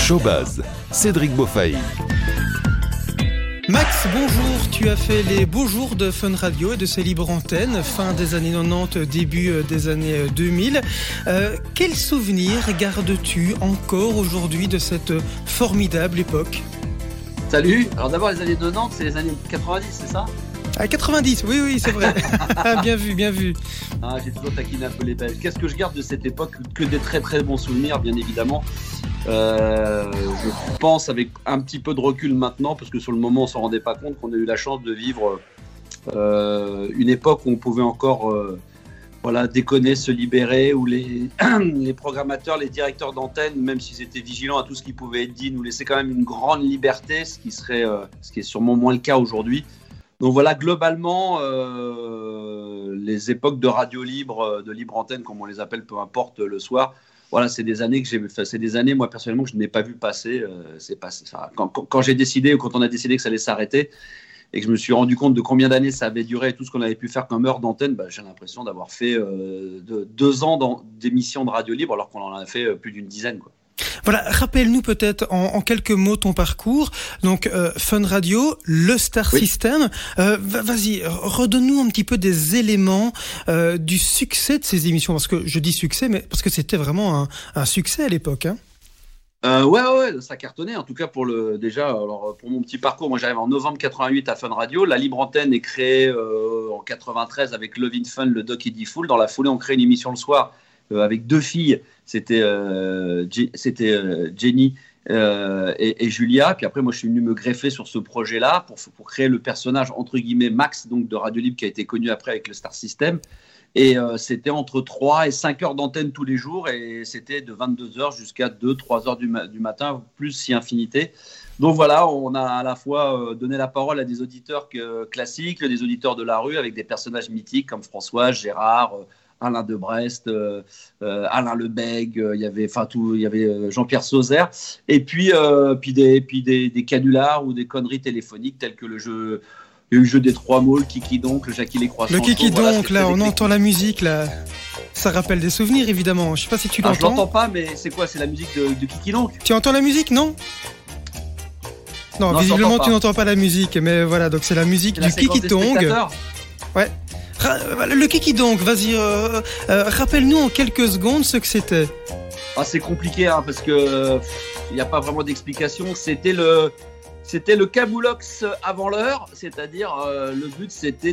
Showbuzz, Cédric Beaufaille. Max, bonjour. Tu as fait les beaux jours de Fun Radio et de ses libres antennes, fin des années 90, début des années 2000. Quels souvenirs gardes-tu encore aujourd'hui de cette formidable époque ? Salut. Alors d'abord, les années 90, c'est les années 90, c'est ça ? Ah, 90, oui, c'est vrai. Bien vu. Ah, j'ai toujours taquiné un peu les Belges. Qu'est-ce que je garde de cette époque ? Que des très très bons souvenirs, bien évidemment. Je pense avec un petit peu de recul maintenant, parce que sur le moment on s'en rendait pas compte, qu'on a eu la chance de vivre une époque où on pouvait encore déconner, se libérer, où les programmateurs, les directeurs d'antenne, même s'ils étaient vigilants à tout ce qui pouvait être dit, nous laissaient quand même une grande liberté, ce qui est sûrement moins le cas aujourd'hui. Donc voilà, globalement, les époques de radio libre, de libre antenne, comme on les appelle, peu importe, le soir. Voilà, c'est des années moi personnellement que je n'ai pas vu passer. Quand j'ai décidé, ou quand on a décidé que ça allait s'arrêter, et que je me suis rendu compte de combien d'années ça avait duré et tout ce qu'on avait pu faire comme heure d'antenne, j'ai l'impression d'avoir fait 2 ans d'émissions de radio libre, alors qu'on en a fait plus d'une dizaine, quoi. Voilà, rappelle-nous peut-être en quelques mots ton parcours. Donc, Fun Radio, le Star System. Vas-y, redonne-nous un petit peu des éléments du succès de ces émissions. Parce que je dis succès, mais parce que c'était vraiment un succès à l'époque, hein. Ouais, ça cartonnait. En tout cas, pour mon petit parcours, moi j'arrive en novembre 88 à Fun Radio. La libre antenne est créée en 93 avec Love in Fun, le Doc Eddie Fool. Dans la foulée, on crée une émission le soir avec 2 filles. C'était Jenny et Julia. Puis après, moi, je suis venu me greffer sur ce projet-là pour créer le personnage, entre guillemets, Max, donc de Radio Libre, qui a été connu après avec le Star System. Et c'était entre 3 et 5 heures d'antenne tous les jours. Et c'était de 22h jusqu'à 2-3 heures du matin, plus si infinité. Donc voilà, on a à la fois donné la parole à des auditeurs classiques, des auditeurs de la rue, avec des personnages mythiques comme François, Gérard, Alain de Brest, Alain Lebègue, il y avait Jean-Pierre Sauzère, et puis des canulars ou des conneries téléphoniques telles que le jeu des 3 mots, le Kiki Donc, le Jackie les Croissants. Le Kiki Donc, là, on entend la musique, là. Ça rappelle des souvenirs, évidemment. Je sais pas si tu l'entends. Je l'entends pas, mais c'est quoi ? C'est la musique de Kiki Donc ? Tu entends la musique, non ? Non, visiblement, tu n'entends pas la musique, mais voilà, donc c'est la musique du Kiki Donc. Ouais. Le Kiki Donc, vas-y, rappelle-nous en quelques secondes ce que c'était. Ah, c'est compliqué, hein, parce que il n'y a pas vraiment d'explication. C'était le Camoulox avant l'heure, c'est-à-dire le but c'était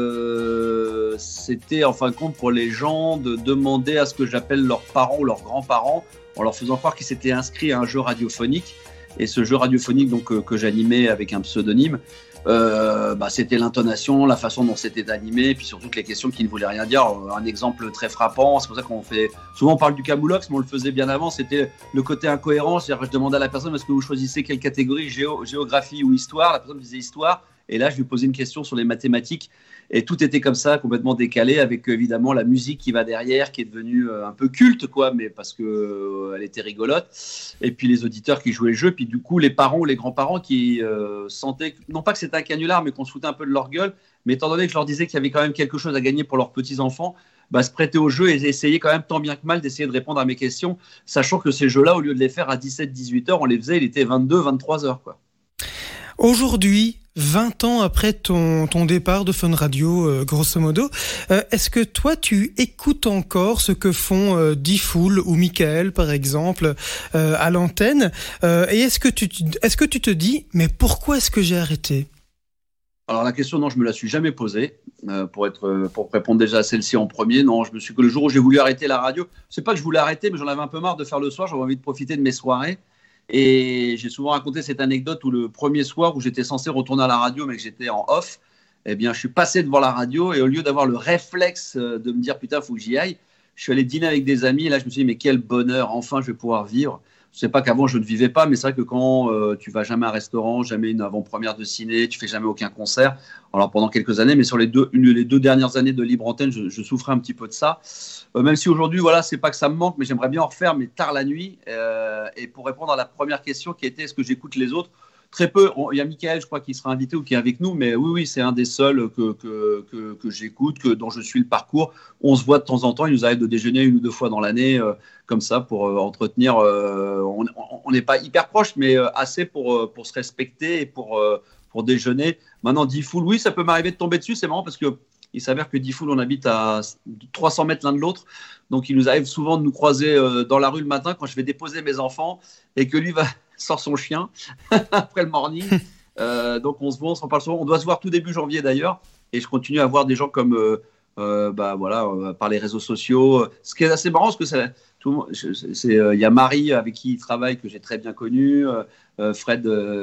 en fin de compte pour les gens de demander à ce que j'appelle leurs parents ou leurs grands-parents, en leur faisant croire qu'ils s'étaient inscrits à un jeu radiophonique. Et ce jeu radiophonique donc que j'animais avec un pseudonyme, c'était l'intonation, la façon dont c'était animé, et puis surtout que les questions qui ne voulaient rien dire. Un exemple très frappant, c'est pour ça qu'on fait souvent on parle du Camoulox, mais on le faisait bien avant. C'était le côté incohérent, c'est-à-dire que je demandais à la personne est-ce que vous choisissez quelle catégorie, géographie ou histoire. La personne me disait histoire, et là je lui posais une question sur les mathématiques. Et tout était comme ça, complètement décalé, avec évidemment la musique qui va derrière, qui est devenue un peu culte, quoi, mais parce que elle était rigolote. Et puis les auditeurs qui jouaient le jeu, puis du coup les parents ou les grands-parents qui sentaient, non pas que c'était un canular, mais qu'on se foutait un peu de leur gueule, mais étant donné que je leur disais qu'il y avait quand même quelque chose à gagner pour leurs petits-enfants, se prêter au jeu et essayer quand même tant bien que mal d'essayer de répondre à mes questions, sachant que ces jeux-là, au lieu de les faire à 17-18 heures, on les faisait, il était 22-23 heures, quoi. Aujourd'hui, 20 ans après ton départ de Fun Radio, grosso modo, est-ce que toi, tu écoutes encore ce que font D-Fool ou Michael, par exemple, à l'antenne, et est-ce que tu te dis, mais pourquoi est-ce que j'ai arrêté ? Alors la question, non, je me la suis jamais posée. Pour répondre déjà à celle-ci en premier, non, je me suis que le jour où j'ai voulu arrêter la radio, c'est pas que je voulais arrêter, mais j'en avais un peu marre de faire le soir, j'avais envie de profiter de mes soirées. Et j'ai souvent raconté cette anecdote où le premier soir où j'étais censé retourner à la radio, mais que j'étais en off, eh bien, je suis passé devant la radio et au lieu d'avoir le réflexe de me dire putain, faut que j'y aille, je suis allé dîner avec des amis et là, je me suis dit, mais quel bonheur, enfin, je vais pouvoir vivre. Je sais pas qu'avant, je ne vivais pas, mais c'est vrai que quand tu vas jamais à un restaurant, jamais une avant-première de ciné, tu fais jamais aucun concert. Alors pendant quelques années, mais sur les deux dernières années de libre antenne, je souffrais un petit peu de ça. Même si aujourd'hui, voilà, c'est pas que ça me manque, mais j'aimerais bien en refaire, mais tard la nuit. Et pour répondre à la première question qui était est-ce que j'écoute les autres ? très peu. Il y a Michael, je crois, qui sera invité ou qui est avec nous, mais oui, c'est un des seuls que j'écoute, dont je suis le parcours. On se voit de temps en temps, il nous arrive de déjeuner 1 ou 2 fois dans l'année, comme ça, pour entretenir. On n'est pas hyper proches, mais assez pour se respecter et pour déjeuner. Maintenant, Diffoul, oui, ça peut m'arriver de tomber dessus, c'est marrant parce que il s'avère que Diffoul, on habite à 300 mètres l'un de l'autre. Donc, il nous arrive souvent de nous croiser dans la rue le matin quand je vais déposer mes enfants et que lui sort son chien après le morning. Donc, on se voit, on s'en parle souvent. On doit se voir tout début janvier d'ailleurs. Et je continue à voir des gens comme par les réseaux sociaux. Ce qui est assez marrant, parce que il y a Marie avec qui il travaille, que j'ai très bien connu. Fred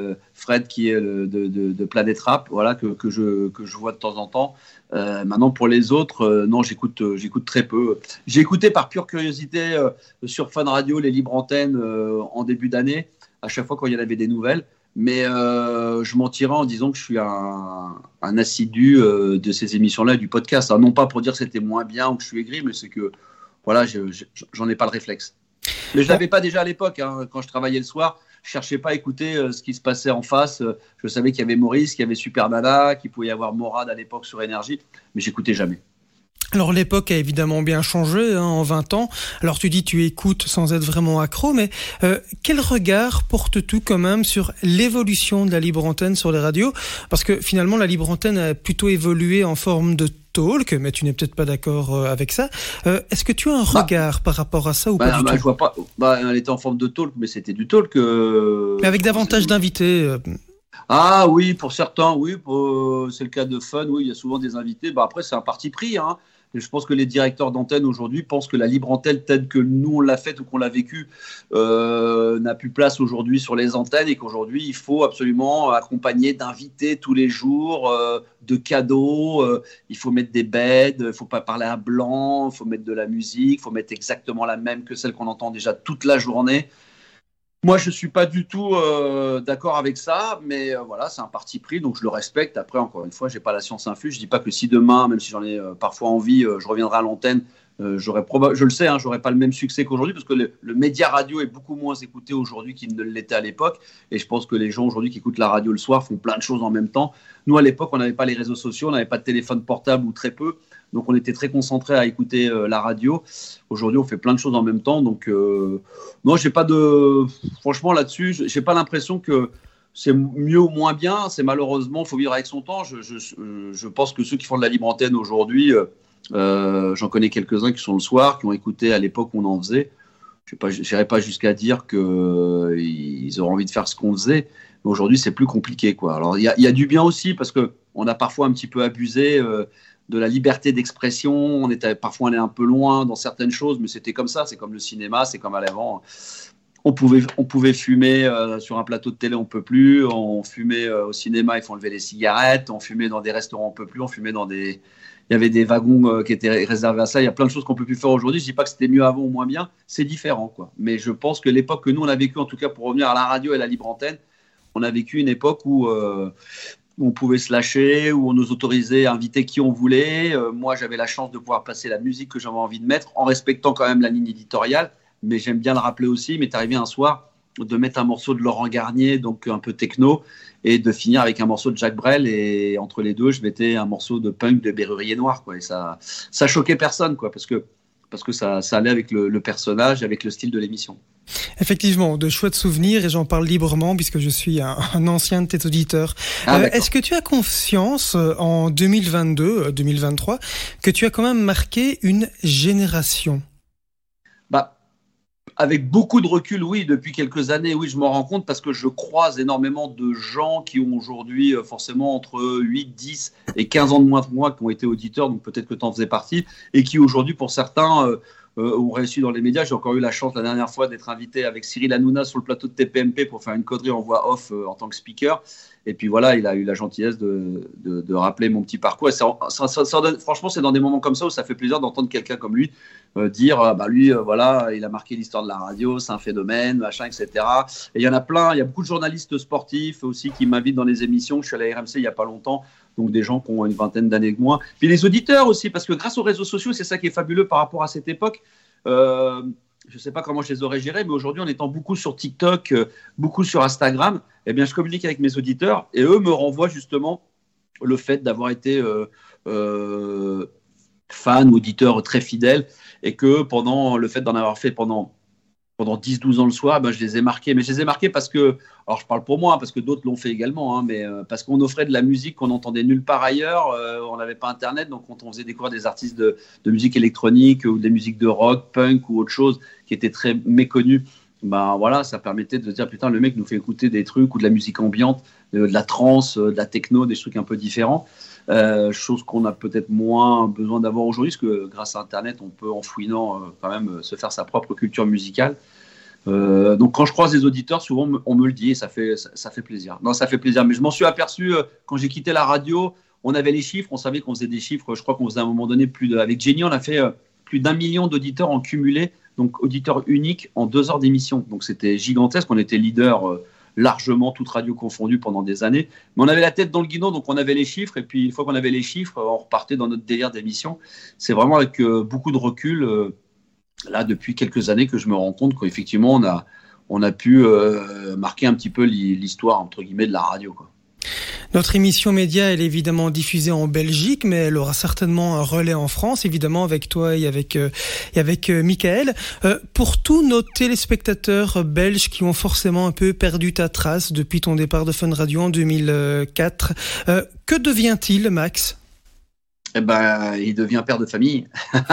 qui est de Planète Rap, voilà, que je vois de temps en temps. Maintenant, pour les autres, non, j'écoute très peu. J'ai écouté par pure curiosité sur Fun Radio les libres antennes en début d'année, à chaque fois quand il y en avait des nouvelles. Mais je mentirais en disant que je suis un assidu de ces émissions-là, du podcast. Alors, non pas pour dire que c'était moins bien ou que je suis aigri, mais c'est que voilà, j'en ai pas le réflexe. Mais je l'avais pas déjà à l'époque, hein, quand je travaillais le soir. Je cherchais pas à écouter ce qui se passait en face. Je savais qu'il y avait Maurice, qu'il y avait Super Nana, qu'il pouvait y avoir Morad à l'époque sur Énergie, mais j'écoutais jamais. Alors l'époque a évidemment bien changé en 20 ans. Alors tu dis tu écoutes sans être vraiment accro, mais quel regard portes-tu quand même sur l'évolution de la libre antenne sur les radios ? Parce que finalement la libre antenne a plutôt évolué en forme de talk, mais tu n'es peut-être pas d'accord avec ça. Est-ce que tu as un regard par rapport à ça ou pas du tout ? Je vois pas. Elle était en forme de talk, mais c'était du talk. Mais avec davantage d'invités. Ah oui, pour certains, oui. C'est le cas de Fun, oui, il y a souvent des invités. Après, c'est un parti pris, hein. Et je pense que les directeurs d'antenne aujourd'hui pensent que la libre antenne telle que nous on l'a faite ou qu'on l'a vécue n'a plus place aujourd'hui sur les antennes et qu'aujourd'hui il faut absolument accompagner d'invités tous les jours, de cadeaux, il faut mettre des beds, il ne faut pas parler à blanc, il faut mettre de la musique, il faut mettre exactement la même que celle qu'on entend déjà toute la journée. Moi, je ne suis pas du tout d'accord avec ça, mais voilà, c'est un parti pris, donc je le respecte. Après, encore une fois, je n'ai pas la science infuse. Je ne dis pas que si demain, même si j'en ai parfois envie, je reviendrai à l'antenne, je le sais, je n'aurai pas le même succès qu'aujourd'hui, parce que le média radio est beaucoup moins écouté aujourd'hui qu'il ne l'était à l'époque. Et je pense que les gens aujourd'hui qui écoutent la radio le soir font plein de choses en même temps. Nous, à l'époque, on n'avait pas les réseaux sociaux, on n'avait pas de téléphone portable ou très peu. Donc, on était très concentrés à écouter la radio. Aujourd'hui, on fait plein de choses en même temps. Donc, non, j'ai pas de... Franchement, là-dessus, j'ai pas l'impression que c'est mieux ou moins bien. C'est malheureusement, il faut vivre avec son temps. Je pense que ceux qui font de la libre antenne aujourd'hui, j'en connais quelques-uns qui sont le soir, qui ont écouté à l'époque où on en faisait. Je n'irai pas jusqu'à dire qu'ils auront envie de faire ce qu'on faisait. Mais aujourd'hui, c'est plus compliqué, quoi. Alors, il y a du bien aussi parce qu'on a parfois un petit peu abusé de la liberté d'expression. On était parfois allé un peu loin dans certaines choses, mais c'était comme ça. C'est comme le cinéma, c'est comme à l'avant. On pouvait fumer sur un plateau de télé, on peut plus. On fumait au cinéma, ils font lever les cigarettes. On fumait dans des restaurants, on peut plus. On fumait il y avait des wagons qui étaient réservés à ça. Il y a plein de choses qu'on peut plus faire aujourd'hui. Je dis pas que c'était mieux avant ou moins bien. C'est différent, quoi. Mais je pense que l'époque que nous on a vécue, en tout cas pour revenir à la radio et à la libre antenne, on a vécu une époque où on pouvait se lâcher, où on nous autorisait à inviter qui on voulait. Moi, j'avais la chance de pouvoir passer la musique que j'avais envie de mettre, en respectant quand même la ligne éditoriale. Mais j'aime bien le rappeler aussi, il m'est arrivé un soir de mettre un morceau de Laurent Garnier, donc un peu techno, et de finir avec un morceau de Jacques Brel. Et entre les deux, je mettais un morceau de punk de Berrurier Noir, quoi. Et ça choquait personne, quoi, parce que ça allait avec le personnage, avec le style de l'émission. Effectivement, de chouettes souvenirs, et j'en parle librement puisque je suis un ancien de tes auditeurs. Est-ce que tu as conscience en 2022, 2023, que tu as quand même marqué une génération ? Avec beaucoup de recul, oui, depuis quelques années, oui, je m'en rends compte parce que je croise énormément de gens qui ont aujourd'hui forcément entre 8, 10 et 15 ans de moins que moi, qui ont été auditeurs, donc peut-être que tu en faisais partie, et qui aujourd'hui, pour certains, ont réussi dans les médias. J'ai encore eu la chance la dernière fois d'être invité avec Cyril Hanouna sur le plateau de TPMP pour faire une connerie en voix off en tant que speaker. Et puis voilà, il a eu la gentillesse de rappeler mon petit parcours. Et franchement, c'est dans des moments comme ça où ça fait plaisir d'entendre quelqu'un comme lui dire lui, voilà, il a marqué l'histoire de la radio, c'est un phénomène, machin, etc. Et il y en a plein. Il y a beaucoup de journalistes sportifs aussi qui m'invitent dans les émissions. Je suis à la RMC il n'y a pas longtemps. Donc des gens qui ont une vingtaine d'années que moi. Puis les auditeurs aussi, parce que grâce aux réseaux sociaux, c'est ça qui est fabuleux par rapport à cette époque. je ne sais pas comment je les aurais gérés, mais aujourd'hui, en étant beaucoup sur TikTok, beaucoup sur Instagram, eh bien, je communique avec mes auditeurs et eux me renvoient justement le fait d'avoir été fan, auditeur très fidèle et que pendant le fait d'en avoir fait pendant 10-12 ans le soir, ben, je les ai marqués. Mais je les ai marqués parce que, alors je parle pour moi, hein, parce que d'autres l'ont fait également, hein, mais parce qu'on offrait de la musique qu'on n'entendait nulle part ailleurs. On n'avait pas Internet, donc quand on faisait découvrir des artistes de musique électronique ou des musiques de rock, punk ou autre chose qui étaient très méconnues, ben voilà, ça permettait de se dire putain, le mec nous fait écouter des trucs ou de la musique ambiante, de la trance, de la techno, des trucs un peu différents. Chose qu'on a peut-être moins besoin d'avoir aujourd'hui, parce que grâce à Internet, on peut en fouinant quand même se faire sa propre culture musicale. Donc quand je croise les auditeurs, souvent on me le dit et ça fait plaisir. Non, ça fait plaisir, mais je m'en suis aperçu quand j'ai quitté la radio. On avait les chiffres, on savait qu'on faisait des chiffres. Je crois qu'on faisait à un moment donné avec Jenny, on a fait plus d'1 million d'auditeurs en cumulé, donc auditeurs uniques en 2 heures d'émission. Donc c'était gigantesque. On était leader largement, toute radio confondue pendant des années. Mais on avait la tête dans le guidon, donc on avait les chiffres. Et puis une fois qu'on avait les chiffres, on repartait dans notre délire d'émission. C'est vraiment avec beaucoup de recul. Là, depuis quelques années que je me rends compte qu'effectivement, on a pu marquer un petit peu l'histoire, entre guillemets, de la radio, quoi. Notre émission média, elle est évidemment diffusée en Belgique, mais elle aura certainement un relais en France, évidemment, avec toi et avec Michael. Pour tous nos téléspectateurs belges qui ont forcément un peu perdu ta trace depuis ton départ de Fun Radio en 2004, que devient-il, Max ? Eh ben, il devient père de famille.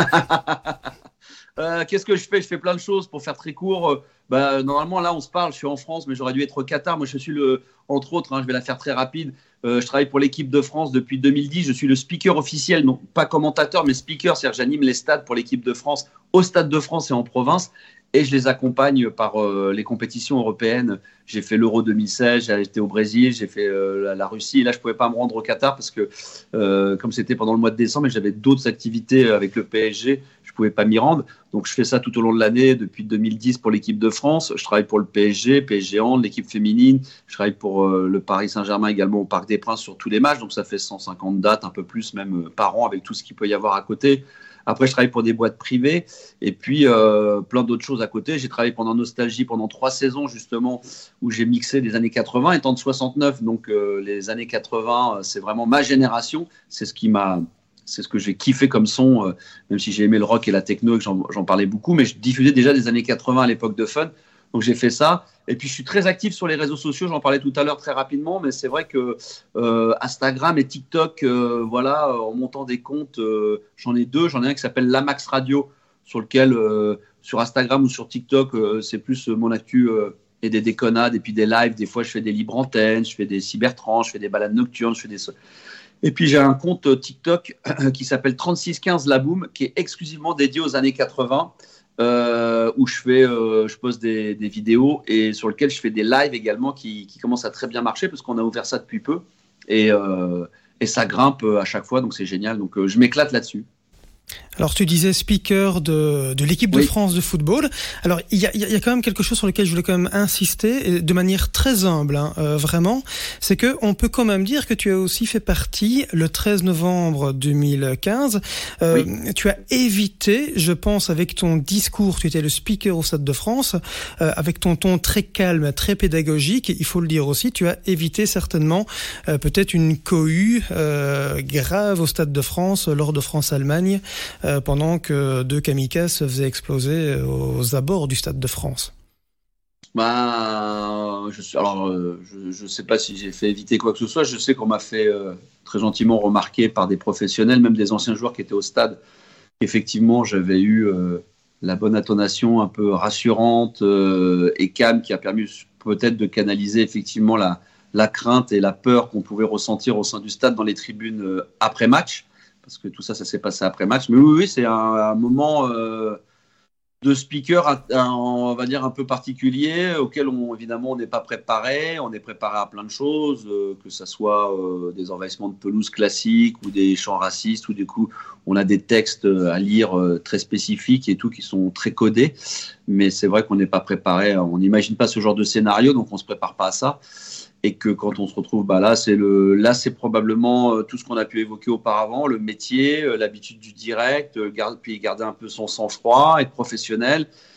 Qu'est-ce que je fais ? Je fais plein de choses pour faire très court. Normalement, là, on se parle. Je suis en France, mais j'aurais dû être au Qatar. Moi, je suis entre autres, je vais la faire très rapide. Je travaille pour l'équipe de France depuis 2010. Je suis le speaker officiel, non pas commentateur, mais speaker. C'est-à-dire, j'anime les stades pour l'équipe de France au Stade de France et en province. Et je les accompagne par les compétitions européennes. J'ai fait l'Euro 2016, j'ai été au Brésil, j'ai fait la Russie. Et là, je ne pouvais pas me rendre au Qatar parce que, comme c'était pendant le mois de décembre, j'avais d'autres activités avec le PSG, je ne pouvais pas m'y rendre. Donc, je fais ça tout au long de l'année, depuis 2010 pour l'équipe de France. Je travaille pour le PSG Hand, l'équipe féminine. Je travaille pour le Paris Saint-Germain également au Parc des Princes sur tous les matchs. Donc, ça fait 150 dates, un peu plus même par an avec tout ce qu'il peut y avoir à côté. Après, je travaille pour des boîtes privées et puis plein d'autres choses à côté. J'ai travaillé pendant Nostalgie pendant 3 saisons justement où j'ai mixé des années 80 étant de 69. Donc les années 80, c'est vraiment ma génération. C'est ce que j'ai kiffé comme son, même si j'ai aimé le rock et la techno et que j'en parlais beaucoup. Mais je diffusais déjà des années 80 à l'époque de Fun. Donc j'ai fait ça. Et puis je suis très actif sur les réseaux sociaux. J'en parlais tout à l'heure très rapidement, mais c'est vrai que Instagram et TikTok, en montant des comptes, j'en ai 2. J'en ai un qui s'appelle Lamax Radio, sur lequel sur Instagram ou sur TikTok, c'est plus mon actu et des déconnades et puis des lives. Des fois, je fais des libres antennes, je fais des cybertrans, je fais des balades nocturnes, Et puis j'ai un compte TikTok qui s'appelle 3615 La Boom, qui est exclusivement dédié aux années 80. Où je poste des vidéos et sur lequel je fais des lives également qui commencent à très bien marcher parce qu'on a ouvert ça depuis peu et ça grimpe à chaque fois, donc c'est génial. Donc je m'éclate là-dessus. Alors tu disais speaker de l'équipe de France de football. Alors il y a quand même quelque chose sur lequel je voulais quand même insister et de manière très humble, vraiment, c'est que on peut quand même dire que tu as aussi fait partie le 13 novembre 2015. Tu as évité, je pense, avec ton discours, tu étais le speaker au Stade de France, avec ton ton très calme, très pédagogique. Il faut le dire aussi, tu as évité certainement peut-être une cohue grave au Stade de France lors de France-Allemagne. Pendant que 2 kamikazes se faisaient exploser aux abords du Stade de France. Je sais pas si j'ai fait éviter quoi que ce soit. Je sais qu'on m'a fait très gentiment remarquer par des professionnels, même des anciens joueurs qui étaient au stade, qu'effectivement j'avais eu la bonne intonation un peu rassurante et calme qui a permis peut-être de canaliser effectivement la crainte et la peur qu'on pouvait ressentir au sein du stade dans les tribunes après match. Parce que tout ça s'est passé après match. Mais oui, c'est un moment de speaker, on va dire, un peu particulier, auquel évidemment, on n'est pas préparé. On est préparé à plein de choses, que ce soit des envahissements de pelouse classiques ou des chants racistes, ou du coup, on a des textes à lire très spécifiques et tout, qui sont très codés. Mais c'est vrai qu'on n'est pas préparé. On n'imagine pas ce genre de scénario, donc on ne se prépare pas à ça. Et que quand on se retrouve, là, c'est probablement tout ce qu'on a pu évoquer auparavant, le métier, l'habitude du direct, puis garder un peu son sang-froid, être professionnel.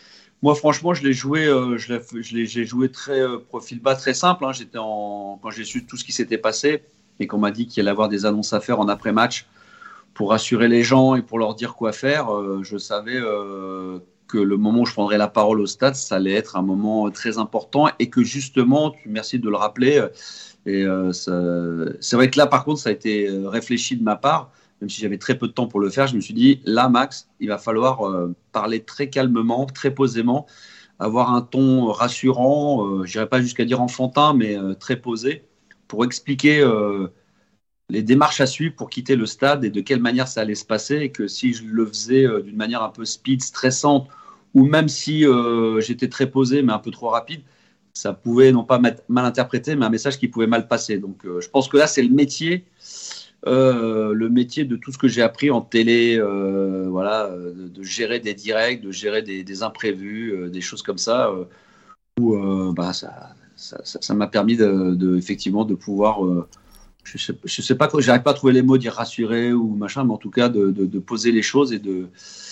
Moi, franchement, je l'ai joué, j'ai joué très profil bas, très simple. Hein. Quand j'ai su tout ce qui s'était passé et qu'on m'a dit qu'il allait avoir des annonces à faire en après-match pour rassurer les gens et pour leur dire quoi faire, je savais que le moment où je prendrais la parole au stade, ça allait être un moment très important et que justement, merci de le rappeler, c'est vrai que là, par contre, ça a été réfléchi de ma part, même si j'avais très peu de temps pour le faire. Je me suis dit, là, Max, il va falloir parler très calmement, très posément, avoir un ton rassurant, je n'irai pas jusqu'à dire enfantin, mais très posé, pour expliquer les démarches à suivre pour quitter le stade et de quelle manière ça allait se passer, et que si je le faisais d'une manière un peu speed, stressante, ou même si j'étais très posé mais un peu trop rapide, ça pouvait non pas mal interpréter, mais un message qui pouvait mal passer. Donc je pense que là, c'est le métier de tout ce que j'ai appris en télé, de gérer des directs, de gérer des imprévus, des choses comme ça, où ça m'a permis effectivement de pouvoir... je sais pas, j'arrive pas à trouver les mots, dire rassurer ou machin, mais en tout cas de poser les choses et de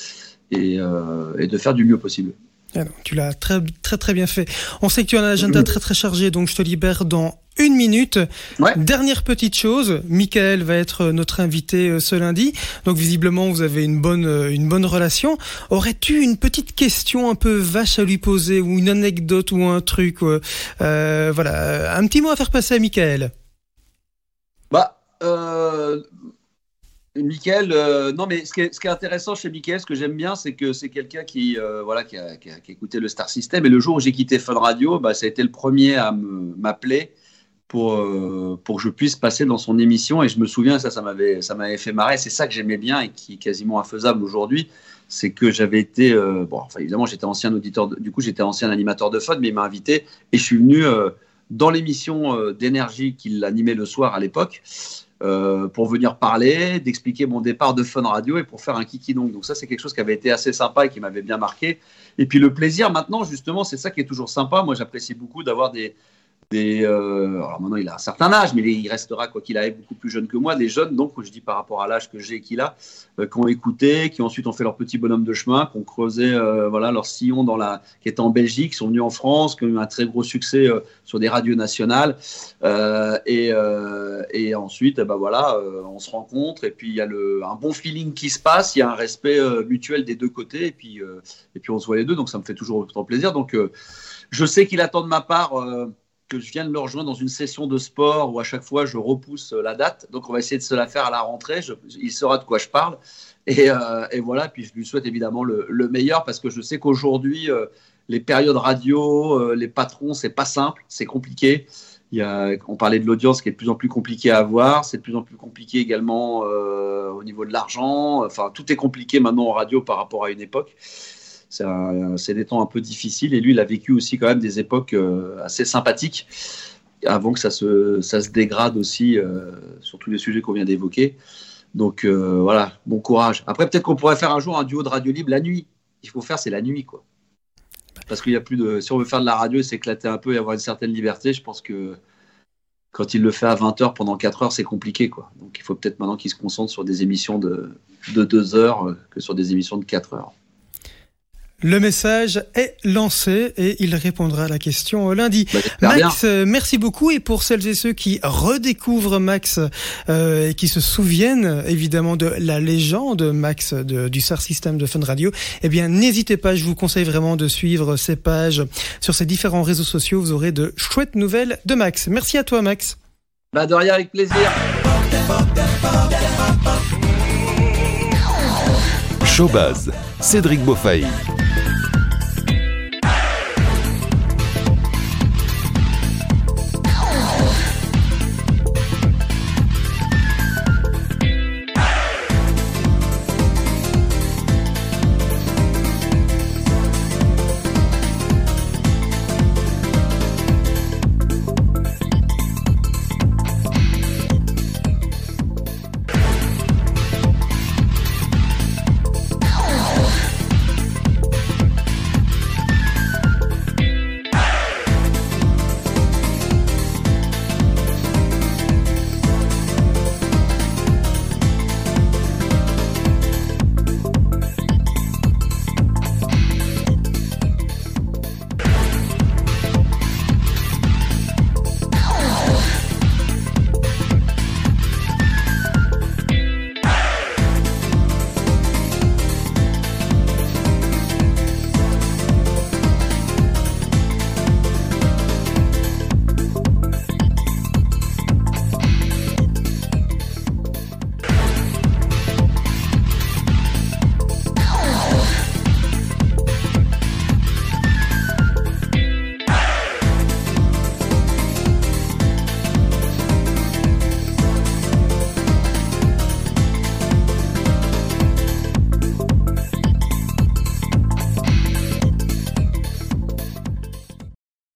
faire du mieux possible. Ah non, tu l'as très, très, très bien fait. On sait que tu as un agenda très, très chargé, donc je te libère dans 1 minute. Ouais. Dernière petite chose, Mickaël va être notre invité ce lundi. Donc visiblement, vous avez une bonne relation. Aurais-tu une petite question un peu vache à lui poser, ou une anecdote ou un truc, voilà, un petit mot à faire passer à Mickaël? Mickaël, non, mais ce qui est intéressant chez Mickaël, ce que j'aime bien, c'est que c'est quelqu'un qui a écouté le Star System. Et le jour où j'ai quitté Fun Radio, ça a été le premier à m'appeler pour que je puisse passer dans son émission. Et je me souviens, ça m'avait fait marrer. C'est ça que j'aimais bien et qui est quasiment infaisable aujourd'hui. C'est que j'avais été, évidemment, j'étais ancien auditeur, j'étais ancien animateur de Fun, mais il m'a invité et je suis venu dans l'émission d'énergie qu'il animait le soir à l'époque. Pour venir parler, d'expliquer mon départ de Fun Radio et pour faire un kiki-donc. Donc ça, c'est quelque chose qui avait été assez sympa et qui m'avait bien marqué. Et puis le plaisir, maintenant, justement, c'est ça qui est toujours sympa. Moi, j'apprécie beaucoup d'avoir alors maintenant, il a un certain âge, mais il restera, quoi qu'il arrive, beaucoup plus jeune que moi, des jeunes, donc, je dis par rapport à l'âge que j'ai et qu'il a, qui ont écouté, qui ensuite ont fait leur petit bonhomme de chemin, qui ont creusé leur sillon qui était en Belgique, qui sont venus en France, qui ont eu un très gros succès sur des radios nationales. Et ensuite, on se rencontre, et puis il y a un bon feeling qui se passe, il y a un respect mutuel des deux côtés, et puis on se voit les deux, donc ça me fait toujours autant plaisir. Donc, je sais qu'il attend de ma part que je vienne le rejoindre dans une session de sport où à chaque fois je repousse la date. Donc on va essayer de se la faire à la rentrée. Il saura de quoi je parle. Et voilà, puis je lui souhaite évidemment le meilleur, parce que je sais qu'aujourd'hui, les périodes radio, les patrons, c'est pas simple, c'est compliqué. On parlait de l'audience qui est de plus en plus compliquée à avoir. C'est de plus en plus compliqué également au niveau de l'argent. Enfin, tout est compliqué maintenant en radio par rapport à une époque. C'est des temps un peu difficiles, et lui, il a vécu aussi quand même des époques assez sympathiques avant que ça se dégrade aussi sur tous les sujets qu'on vient d'évoquer. Donc voilà, bon courage. Après, peut-être qu'on pourrait faire un jour un duo de radio libre la nuit. Il faut faire, c'est la nuit, quoi. Parce qu'il y a plus de... Si on veut faire de la radio et s'éclater un peu et avoir une certaine liberté, je pense que quand il le fait à 20h pendant 4 heures, c'est compliqué, quoi. Donc il faut peut-être maintenant qu'il se concentre sur des émissions de 2 heures que sur des émissions de 4 heures. Le message est lancé et il répondra à la question lundi. Max, merci beaucoup. Et pour celles et ceux qui redécouvrent Max et qui se souviennent évidemment de la légende Max du Star System de Fun Radio, eh bien n'hésitez pas, je vous conseille vraiment de suivre ses pages sur ses différents réseaux sociaux. Vous aurez de chouettes nouvelles de Max. Merci à toi, Max. De rien, avec plaisir. Showbuzz, Cédric Beaufaille.